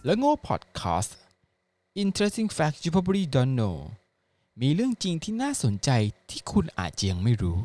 และโง่ Podcast Interesting Facts You Probably Don't Know มีเรื่องจริงที่น่าสนใจที่คุณอาจจะยังไม่รู้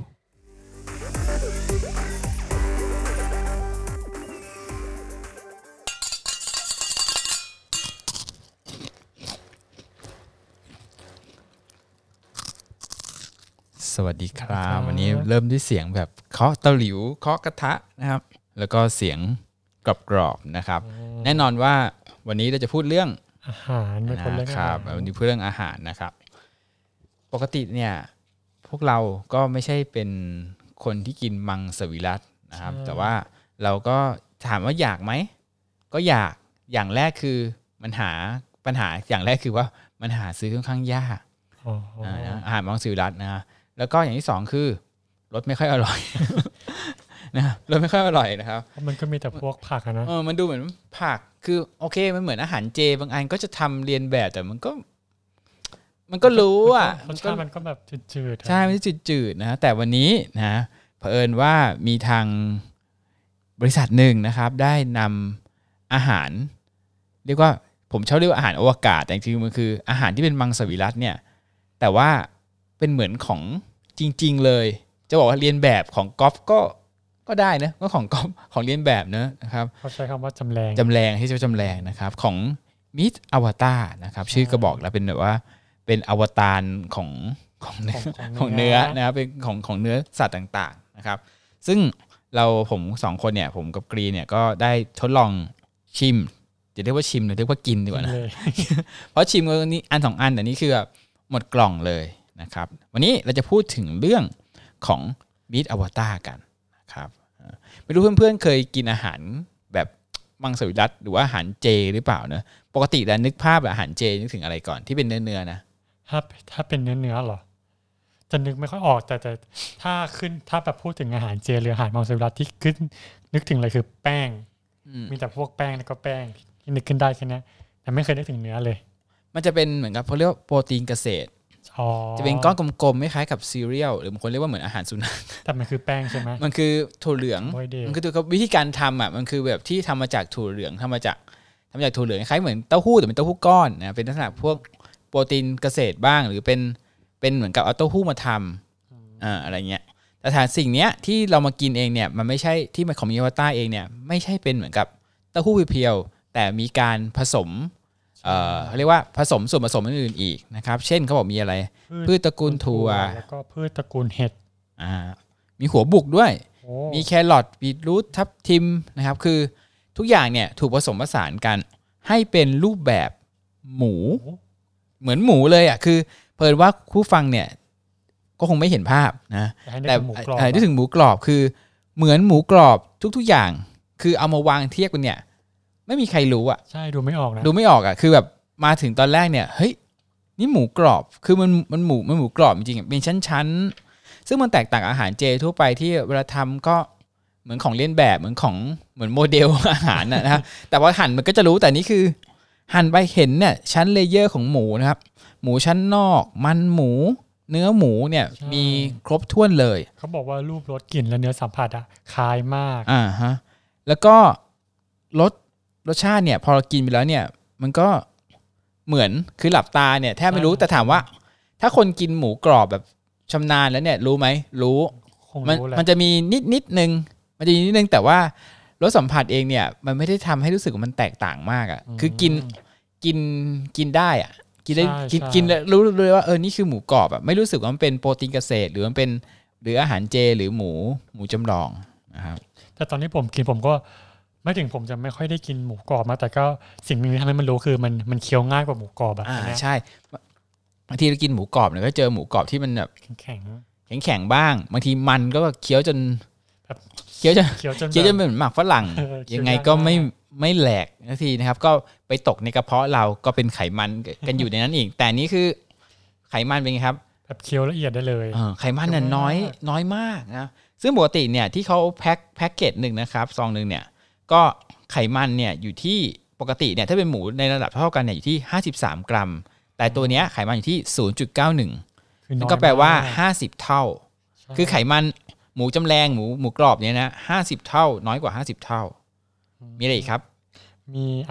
สวัสดีครับวันนี้เริ่มด้วยเสียงแบบเคาะตะหลิวเคาะกระทะนะครับแล้วก็เสียงกรอบๆนะครับแน่นอนว่าวันนี้เราจะพูดเรื่องอาหารไม่พ้นเรื่องอาหารวันนี้พูดเรื่องอาหารนะครับปกติเนี่ยพวกเราก็ไม่ใช่เป็นคนที่กินมังสวิรัตินะครับแต่ว่าเราก็ถามว่าอยากไหมก็อยากอย่างแรกคือปัญหาอย่างแรกคือว่ามันหาซื้อค่อนข้างยากอาหารมังสวิรัตินะแล้วก็อย่างที่สองคือรสไม่ค่อยอร่อย นะรสไม่ค่อยอร่อยนะครับมันก็มีแต่พวกผักนะมันดูเหมือนผักคือโอเคมันเหมือนอาหารเจบางอันก็จะทำเรียนแบบแต่มันก็รู้อ่ะมันก็แบบจืดๆใช่มันจืดๆนะแต่วันนี้นะเผอิญว่ามีทางบริษัทหนึ่งนะครับได้นำอาหารเรียกว่าผมชอบเรียกว่าอาหารอวกาศแต่จริงๆมันคืออาหารที่เป็นมังสวิรัติเนี่ยแต่ว่าเป็นเหมือนของจริงๆเลยจะบอกว่าเรียนแบบของก๊อฟก็ได้นะก็ของก๊อฟของเรียนแบบนะครับเขาใช้คำว่าจำแรงที่จะจำแรงนะครับของมิสอวตารนะครับชื่อก็บอกแล้วเป็นแบบว่าเป็นอวตารของเนื้อนะครับเป็นของเนื้อสัตว์ต่างๆนะครับซึ่งผมสองคนเนี่ยผมกับกรีเนี่ยก็ได้ทดลองชิมจะเรียกว่าชิมหรือเรียกว่ากินดีกว่านะ เพราะชิมก็นี่อันสองอันแต่นี่คือแบบหมดกล่องเลยนะครับวันนี้เราจะพูดถึงเรื่องของมิสอวตารกันนะครับไม่รู้เพื่อนๆเคยกินอาหารแบบมังสวิรัติหรือว่าอาหารเจหรือเปล่านะปกติแล้วนึกภาพอาหารเจนึกถึงอะไรก่อนที่เป็นเนื้อนะถ้าเป็นเนื้อหรอจะนึกไม่ค่อยออกแต่ถ้าแบบพูดถึงอาหารเจหรืออาหารมังสวิรัติที่ขึ้นนึกถึงอะไรคือแป้งมีแต่พวกแป้งแล้วก็แป้งที่นึกขึ้นได้แค่นี้แต่ไม่เคยนึกถึงเนื้อเลยมันจะเป็นเหมือนกับเขาเรียกว่าโปรตีนเกษตรจะเป็นก้อนกลมๆไม่คล้ายกับซีเรียลหรือบางคนเรียกว่าเหมือนอาหารสุนัขแต่มันคือแป้งใช่ไหมมันคือถั่วเหลืองมันคือวิธีการทำอ่ะมันคือแบบที่ทำมาจากถั่วเหลืองทำมาจากถั่วเหลืองคล้ายเหมือนเต้าหู้แต่เป็นเต้าหู้ก้อนนะเป็นลักษณะพวกโปรตีนเกษตรบ้างหรือเป็นเหมือนกับเอาเต้าหู้มาทำอะไรเงี้ยแต่ฐานสิ่งเนี้ยที่เรามากินเองเนี่ยมันไม่ใช่ที่มันของมิวาต้าเองเนี่ยไม่ใช่เป็นเหมือนกับเต้าหู้เพียวๆแต่มีการผสมเขาเรียกว่าผสมส่วนผสมอื่นๆอีกนะครับเช่นเขาบอกมีอะไรพืชตระกูลถั่วแล้วก็พืชตระกูลเห็ดมีหัวบุกด้วยมีแครอทบีทรูททับทิมนะครับคือทุกอย่างเนี่ยถูกผสมผสานกันให้เป็นรูปแบบหมูเหมือนหมูเลยอ่ะคือเพิ่นว่าผู้ฟังเนี่ยก็คงไม่เห็นภาพนะแต่นึกถึงหมูกรอบคือเหมือนหมูกรอบทุกๆอย่างคือเอามาวางเทียบกันเนี่ยไม่มีใครรู้อ่ะใช่ดูไม่ออกนะดูไม่ออกอ่ะคือแบบมาถึงตอนแรกเนี่ยเฮ้ยนี่หมูกรอบคือมันหมูกรอบจริงๆเป็นชั้นๆซึ่งมันแตกต่างอาหารเจทั่วไปที่เวลาทำก็เหมือนของเลียนแบบเหมือนโมเดลอาหารนะแต่ว่าหั่นมันก็จะรู้แต่นี่คือหั่นไปเห็นเนี่ยชั้นเลเยอร์ของหมูนะครับหมูชั้นนอกมันหมูเนื้อหมูเนี่ยมีครบถ้วนเลยเขาบอกว่ารูปรสกลิ่นและเนื้อสัมผัสอะคล้ายมากฮะแล้วก็รสชาติเนี่ยพอเรากินไปแล้วเนี่ยมันก็เหมือนคือหลับตาเนี่ยแทบไม่รู้แต่ถามว่าถ้าคนกินหมูกรอบแบบชำนาญแล้วเนี่ยรู้ไหมรู้มันจะมีนิดนึงแต่ว่ารสสัมผัสเองเนี่ยมันไม่ได้ทำให้รู้สึกว่ามันแตกต่างมากอ่ะคือกินได้อ่ะกินได้กินแล้วรู้เลยว่านี่คือหมูกรอบอ่ะไม่รู้สึกว่ามันเป็นโปรตีนเกษตรหรือมันเป็นหรืออาหารเจหรือหมูจำลองนะครับแต่ตอนที่ผมกินผมก็ไม่ถึงผมจะไม่ค่อยได้กินหมูกรอบมาแต่ก็สิ่งนึงที่ทำให้มันรู้คือมันเคี้ยวง่ายกว่าหมูกรอบแบบนี้ใช่บางทีเรากินหมูกรอบเนี่ยก็เจอหมูกรอบที่มันแบบแข็งบ้างบางทีมันก็เคี้ยวจนเคี้ยวจนเหมือนหมากฝรั่งยังไงก็ไม่แหลกนาทีนะครับก็ไปตกในกระเพาะเราก็เป็นไขมันกันอยู่ในนั้นอีกแต่นี้คือไขมันเป็นไงครับแบบเคี้ยวละเอียดได้เลยไขมันเนี่ยน้อยมากนะซึ่งปกติเนี่ยที่เขาแพ็คเกจหนึ่งนะครับซองนึงเนี่ยก็ไขมันเนี่ยอยู่ที่ปกติเนี่ยถ้าเป็นหมูในระดับเท่ากันเนี่ยอยู่ที่53กรัมแต่ตัวเนี้ยไขมันอยู่ที่ 0.91 นั่นก็แปลว่า50เท่าคือไขมันหมูจำแรงหมูกรอบเนี่ยนะ50เท่าน้อยกว่า50เท่ามีอะไรอีกครับมีฝ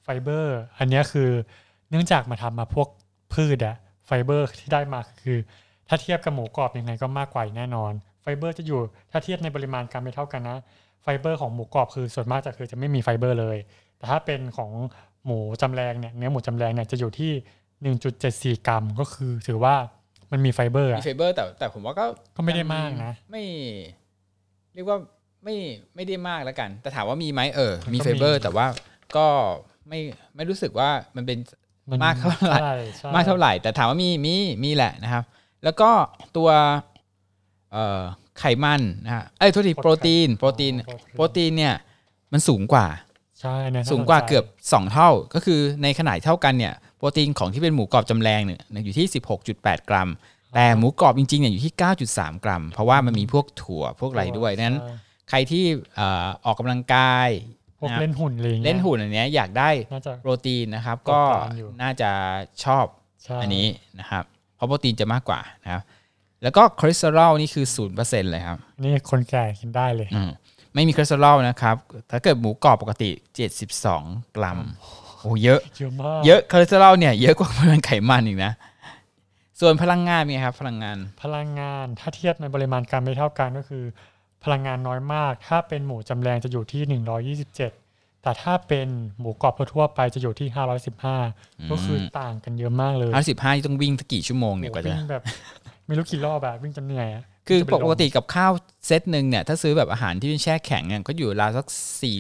เบอร์อันนี้คือเนื่องจากมาทำมาพวกพืชอะไฟเบอร์ที่ได้มาคือถ้าเทียบกับหมูกรอบยังไงก็มากกว่าแน่นอนไฟเบอร์จะอยู่ถ้าเทียบในปริมาณการไม่เท่ากันนะไฟเบอร์ของหมูกรอบคือส่วนมากจะไม่มีไฟเบอร์เลยแต่ถ้าเป็นของหมูจำแรงเนี่ยเนื้อหมูจำแรงเนี่ยจะอยู่ที่ 1.74 กรัมก็คือถือว่ามันมีไฟเบอร์มีไฟเบอร์แต่ผมว่าก็ไม่ได้มากนะไม่เรียกว่าไม่ได้มากแล้วกันแต่ถามว่ามีไหมมีไฟเบอร์แต่ว่าก็ไม่รู้สึกว่ามันเป็นมากเท่าไหร่มากเท่าไหร่แต่ถามว่ามีแหละนะครับแล้วก็ตัวไขมันนะฮะโทษทีโปรตีนเนี่ยมันสูงกว่าใช่สูงกว่าเกือบ2เท่าก็คือในขนาดเท่ากันเนี่ยโปรตีนของที่เป็นหมูกรอบจำแรงเนี่ยอยู่ที่ 16.8 กรัมแต่หมูกรอบจริงๆเนี่ยอยู่ที่ 9.3 กรัมเพราะว่ามันมีพวกถั่วพวกอะไรด้วยนั้นใครที่ออกกำลังกายพวกเล่นหุ่นอันเนี้ยอยากได้โปรตีนนะครับก็น่าจะชอบอันนี้นะครับเพราะโปรตีนจะมากกว่านะครับแล้วก็คอเลสเตอรอลนี่คือ 0% เลยครับนี่คนแก่กินได้เลยไม่มีคอเลสเตอรอลนะครับถ้าเกิดหมูกรอบปกติ72 กรัมโอ้เยอะมากเยอะคอเลสเตอรอลเนี่ยเยอะกว่าปริมาณไขมันอีกนะส่วนพลังงานมีครับพลังงานถ้าเทียบในปริมาณการไม่เท่ากันก็คือพลังงานน้อยมากถ้าเป็นหมูจำแรงจะอยู่ที่127แต่ถ้าเป็นหมูกรอบทั่วไปจะอยู่ที่515ก็คือต่างกันเยอะมากเลย 515ต้องวิ่งสักกี่ชั่วโมงเนี่ยกว่าจะวิ่งแบบไม่รู้กี่รอบแบบวิ่งจนเหนื่อยคือปกติกับข้าวเซตนึงเนี่ยถ้าซื้อแบบอาหารที่เป็นแช่แข็งเนี่ยก็อยู่ราวสัก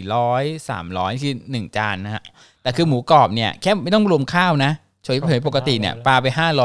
400-300คือ1จานนะฮะแต่คือหมูกรอบเนี่ยแค่ไม่ต้องรวมข้าวนะเฉยๆปกติเนี่ยปลาไป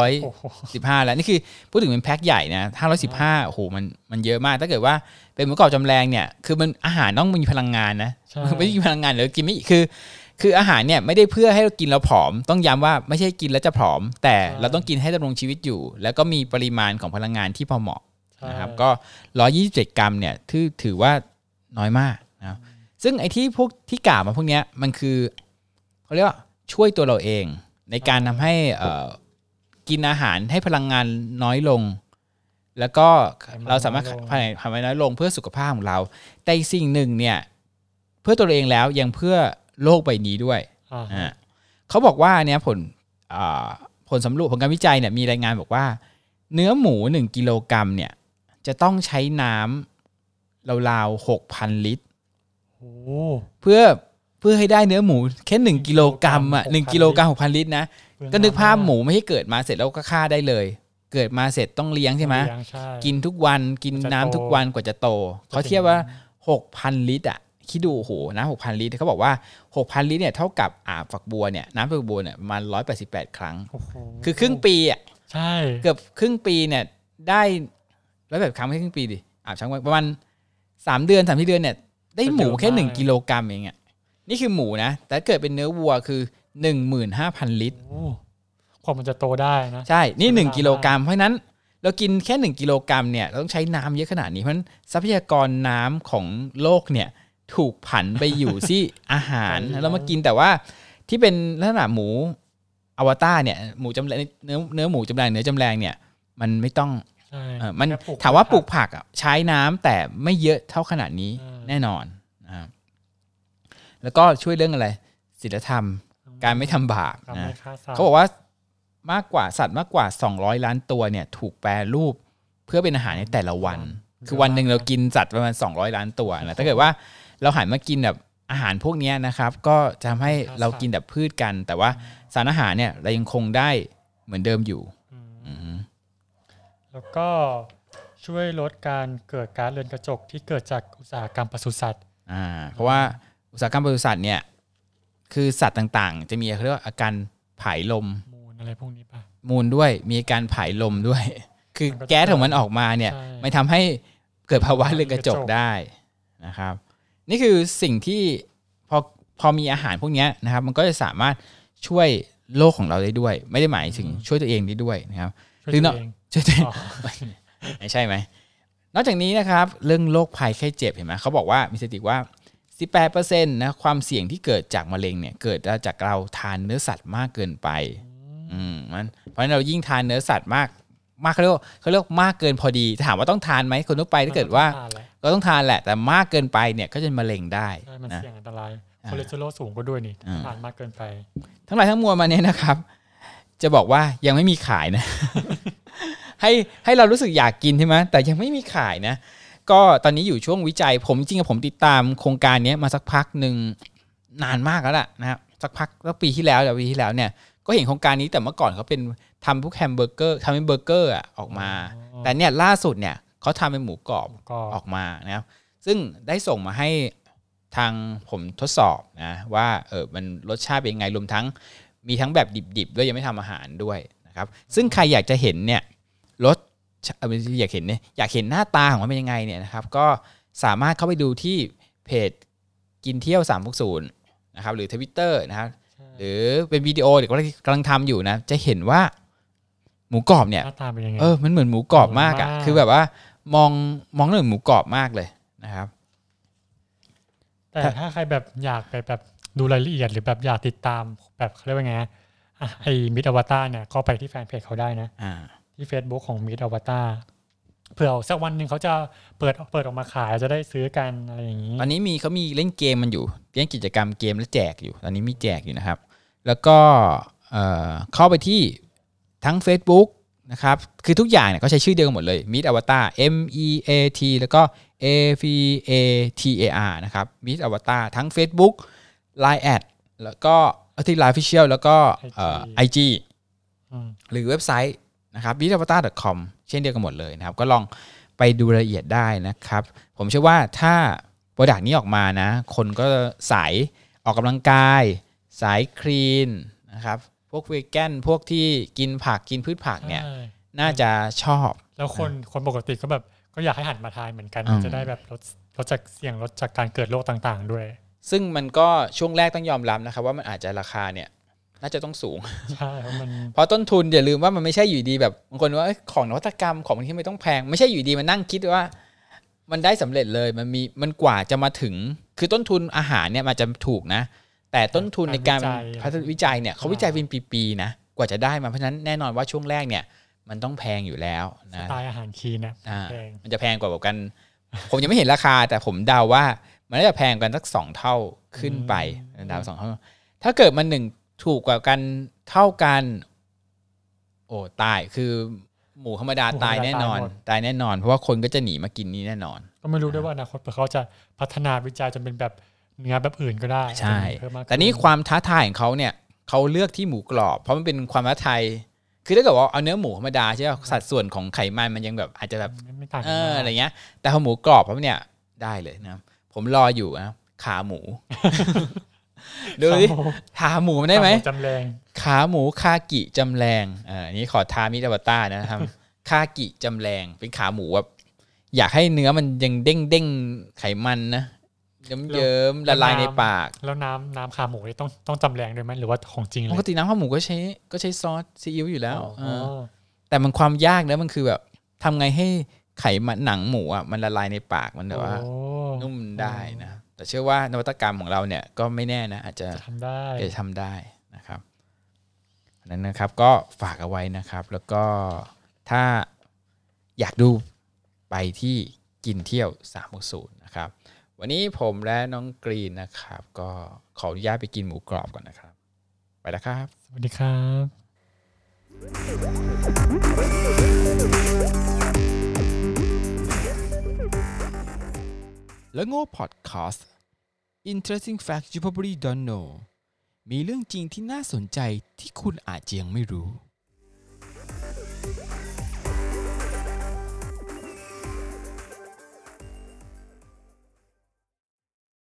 515แล้วนี่คือพูดถึงเป็นแพ็คใหญ่นะ515โอ้โหมันเยอะมากถ้าเกิดว่าเป็นหมูกรอบจำแรงเนี่ยคือมันอาหารต้องมีพลังงานนะไม่มีพลังงานหรือกินไม่คืออาหารเนี่ยไม่ได้เพื่อให้เรากินแล้วผอมต้องย้ำว่าไม่ใช่กินแล้วจะผอมแต่เราต้องกินให้ดำรงชีวิตอยู่แล้วก็มีปริมาณของพลังงานที่พอเหมาะนะครับก็127 กรัมเนี่ยถือว่าน้อยมากนะซึ่งไอ้ที่พวกที่กล่าวมาพวกเนี้ยมันคือเขาเรียกว่าช่วยตัวเราเองในการทำให้กินอาหารให้พลังงานน้อยลงแล้วก็เราสามารถทำให้น้อยลงเพื่อสุขภาพของเราแต่สิ่งหนึ่งเนี่ยเพื่อตัวเองแล้วยังเพื่อโลกใบนี้ด้วยเขาบอกว่าเนี่ยผลสำรวจผลการวิจัยเนี่ยมีรายงานบอกว่าเนื้อหมู1 กิโลกรัมเนี่ยจะต้องใช้น้ำราวๆ 6,000 ลิตรเพื่อให้ได้เนื้อหมูแค่1 กิโลกรัม1 กิโลกรัม 6,000 ลิตรนะก็นึกภาพหมูไม่ใช่เกิดมาเสร็จแล้วก็ฆ่าได้เลยเกิดมาเสร็จต้องเลี้ยงใช่ไหมกินทุกวันกินน้ำทุกวันกว่าจะโตเขาเทียบว่า 6,000 ลิตรคิดดูโอ้โหน้ำ 6,000 ลิตรเขาบอกว่า 6,000 ลิตรเนี่ยเท่ากับอาบฝักบัวเนี่ยน้ำฝักบัวเนี่ยประมาณ188 ครั้งคือครึ่งปีใช่เกือบครึ่งปีเนี่ยได้100ครั้งไม่ครึ่งปีดิอาบช้างประมาณ3 เดือน3 ที่เดือนเนี่ยได้หมูแค่1 กิโลกรัมเองนี่คือหมูนะแต่เกิดเป็นเนื้อวัวคือ 15,000 ลิตรกว่ามันจะโตได้นะใช่นี่1 กิโลกรัมเพราะนั้นเรากินแค่1 กิโลกรัมเนี่ยเราต้องใช้น้ำเยอะขนาดนี้เพราะฉะนั้นทรัพยากรน้ำของโลกเนี่ยถูกผันไปอยู่ที่อาหารแล้วมากินแต่ว่าที่เป็นลักษณะหมูอวตารเนี่ยหมูจำแรงเนื้อหมูจำแรงเนื้อจำแรงเนี่ยมันไม่ต้องมันถามว่าปลูกผักใช้น้ำแต่ไม่เยอะเท่าขนาดนี้แน่นอนนะครับแล้วก็ช่วยเรื่องอะไรศีลธรรมการไม่ทำบาปนะเขาบอกว่ามากกว่าสัตว์มากกว่า200 ล้านตัวเนี่ยถูกแปรรูปเพื่อเป็นอาหารในแต่ละวันคือวันหนึ่งเรากินสัตว์ประมาณ200 ล้านตัวนะถ้าเกิดว่าเราหันมากินแบบอาหารพวกนี้นะครับก็จะทำให้เรากินแบบพืชกันแต่ว่าสารอาหารเนี่ยเรายังคงได้เหมือนเดิมอยู่แล้วก็ช่วยลดการเกิดก๊าซเรือนกระจกที่เกิดจากอุตสาหกรรมปศุสัตว์เพราะว่าอุตสาหกรรมปศุสัตว์เนี่ยคือสัตว์ต่างๆจะมีเขาเรียกว่าอาการผายลมมูลอะไรพวกนี้ป่ะมูลด้วยมีการผายลมด้วยคือแก๊สของมันออกมาเนี่ยไม่ทำให้เกิดภาวะเรือนกระจกได้นะครับนี่คือสิ่งที่พอมีอาหารพวกนี้นะครับมันก็จะสามารถช่วยโลกของเราได้ด้วยไม่ได้หมายถึงช่วยตัวเองได้ด้วยนะครับช่วยตัวเองไม่ใช่ไหมนอกจากนี้นะครับเรื่องโรคภัยไข้เจ็บเห็นไหมเขาบอกว่ามีสถิติว่า 18% นะความเสี่ยงที่เกิดจากมะเร็งเนี่ยเกิดจากเราทานเนื้อสัตว์มากเกินไปเพราะฉะนั้นเรายิ่งทานเนื้อสัตว์มากเขาเรียกมากเกินพอดีถามว่าต้องทานไหมคนทั่วไปถ้าเกิดว่าก็ต้องทานแหละแต่มากเกินไปเนี่ยก็จะมะเร็งได้มันเสี่ยงอันตรายคอเลสเตอรอลสูงก็ด้วยนี่ทานมากเกินไปทั้งหลายทั้งมวลมาเนี้ยนะครับจะบอกว่ายังไม่มีขายนะ ให้เรารู้สึกอยากกินใช่ไหมแต่ยังไม่มีขายนะก็ตอนนี้อยู่ช่วงวิจัยผมจริงๆผมติดตามโครงการนี้มาสักพักหนึ่งนานมากแล้วล่ะนะครับสักพักแล้วปีที่แล้วเนี่ยก็เห็นโครงการนี้แต่เมื่อก่อนเขาเป็นทำพวกแฮมเบอร์เกอร์ทำเป็นเบอร์เกอร์ออกมาแต่เนี่ยล่าสุดเนี่ยเขาทำเป็นหมูกรอบออกมานะครับซึ่งได้ส่งมาให้ทางผมทดสอบนะว่ามันรสชาติเป็นยังไงรวมทั้งมีทั้งแบบดิบๆด้วยยังไม่ทำอาหารด้วยนะครับซึ่งใครอยากจะเห็นเนี่ยรสอยากเห็นหน้าตาของมันเป็นยังไงเนี่ยนะครับก็สามารถเข้าไปดูที่เพจกินเที่ยว360นะครับหรือ Twitter นะครับหรือเป็นวิดีโอเดี๋ยวกำลังทำอยู่นะจะเห็นว่าหมูกรอบเนี่ยมันเหมือนหมูกรอบมากอ่ะคือแบบว่ามองเหมือนหมูกรอบมากเลยนะครับแต่ถ้าใครแบบอยากไปแบบดูรายละเอียดหรือแบบอยากติดตามแบบเขาเรียกว่าไงไอ้มิดอวตารเนี่ยก็ไปที่แฟนเพจเขาได้นะที่ Facebook ของมิดอวตารเผื่อสักวันหนึ่งเขาจะเปิดออกมาขายจะได้ซื้อกันอะไรอย่างนี้ตอนนี้เขามีเล่นเกมมันอยู่เล่นกิจกรรมเกมแล้วแจกอยู่ตอนนี้มีแจกอยู่นะครับแล้วก็เข้าไปที่ทั้ง Facebook นะครับคือทุกอย่างเนี่ยก็ใช้ชื่อเดียวกันหมดเลย Meet Avatar MEAT แล้วก็ AVATAR นะครับ Meet Avatar ทั้ง Facebook Line แอดแล้วก็ที่ Line Official แล้วก็ IG หรือเว็บไซต์นะครับ meetavatar.com เช่นเดียวกันหมดเลยนะครับก็ลองไปดูรายละเอียดได้นะครับผมเชื่อว่าถ้าโปรดักต์นี้ออกมานะคนก็สายออกกำลังกายสายคลีนนะครับพวกเวแกนพวกที่กินผักกินพืชผักเนี่ยน่าจะชอบแล้วคนปกติก็แบบก็อยากให้หันมาทานเหมือนกันจะได้แบบลดจากเสี่ยงลดจากการเกิดโรคต่างๆด้วยซึ่งมันก็ช่วงแรกต้องยอมรับนะครับว่ามันอาจจะราคาเนี่ยน่าจะต้องสูงใช่เพราะต้นทุนอย่าลืมว่ามันไม่ใช่อยู่ดีแบบบางคนว่าของนวัตกรรมของที่ไม่ต้องแพงไม่ใช่อยู่ดีมันนั่งคิดว่ามันได้สำเร็จเลยมันกว่าจะมาถึงคือต้นทุนอาหารเนี่ยมันจะถูกนะแต่ต้นทุนในการพัฒนาวิจัยเนี่ยเขาวิจัยเป็นปีๆนะกว่าจะได้มาเพราะฉะนั้นแน่นอนว่าช่วงแรกเนี่ยมันต้องแพงอยู่แล้วนะสไตล์อาหารคีนนะมันจะแพงกว่ากันผมยังไม่เห็นราคาแต่ผมเดาว่ามันน่าจะแพงกันสัก2เท่าขึ้นไปเดา2เท่าถ้าเกิดมัน1ถูกกว่ากันเท่ากันโอ้ตายคือหมูธรรมดาตายแน่นอนเพราะว่าคนก็จะหนีมากินนี้แน่นอนก็ไม่รู้ด้วยว่าอนาคตเขาจะพัฒนาวิจัยจนเป็นแบบเนื้อแบบอื่นก็ได้ใช่แต่นี่ความท้าทายของเขาเนี่ยเขาเลือกที่หมูกรอบเพราะมันเป็นความท้าทายคือถ้าเกิดว่าเอาเนื้อหมูธรรมดาใช่ไหมสัดส่วนของไขมันยังแบบอาจจะแบบไม่ต่างอะไรเงี้ยแต่พอหมูกรอบเพราะเนี่ยได้เลยนะผมรออยู่นะขาหมูดูดิขาหมูได้ไหมจำแรงขาหมูคากิจำแรงนี่ขอทามิดาบาต้านะครับคากิจำแรงเป็นขาหมูแบบอยากให้เนื้อมันยังเด้งไขมันนะเยิ้มละลายในปากแล้วน้ำขาหมูนี่ต้องจำแรงด้วยไหมหรือว่าของจริงเลยปกติน้ำขาหมูก็ใช้ซอสซีอิ๊วอยู่แล้วแต่มันความยากนะมันคือแบบทำไงให้ไขมันหนังหมูอ่ะมันละลายในปากมันแบบว่านุ่มได้นะแต่เชื่อว่านวัตกรรมของเราเนี่ยก็ไม่แน่นะอาจจะทำได้นะครับนั้นนะครับก็ฝากเอาไว้นะครับแล้วก็ถ้าอยากดูไปที่กินเที่ยว360นะครับวันนี้ผมและน้องกรีนนะครับก็ขออนุญาตไปกินหมูกรอบก่อนนะครับไปแล้วครับสวัสดีครับแล้วโง่พอดแคสต์ Interesting Facts You Probably Don't Know มีเรื่องจริงที่น่าสนใจที่คุณอาจจะยังไม่รู้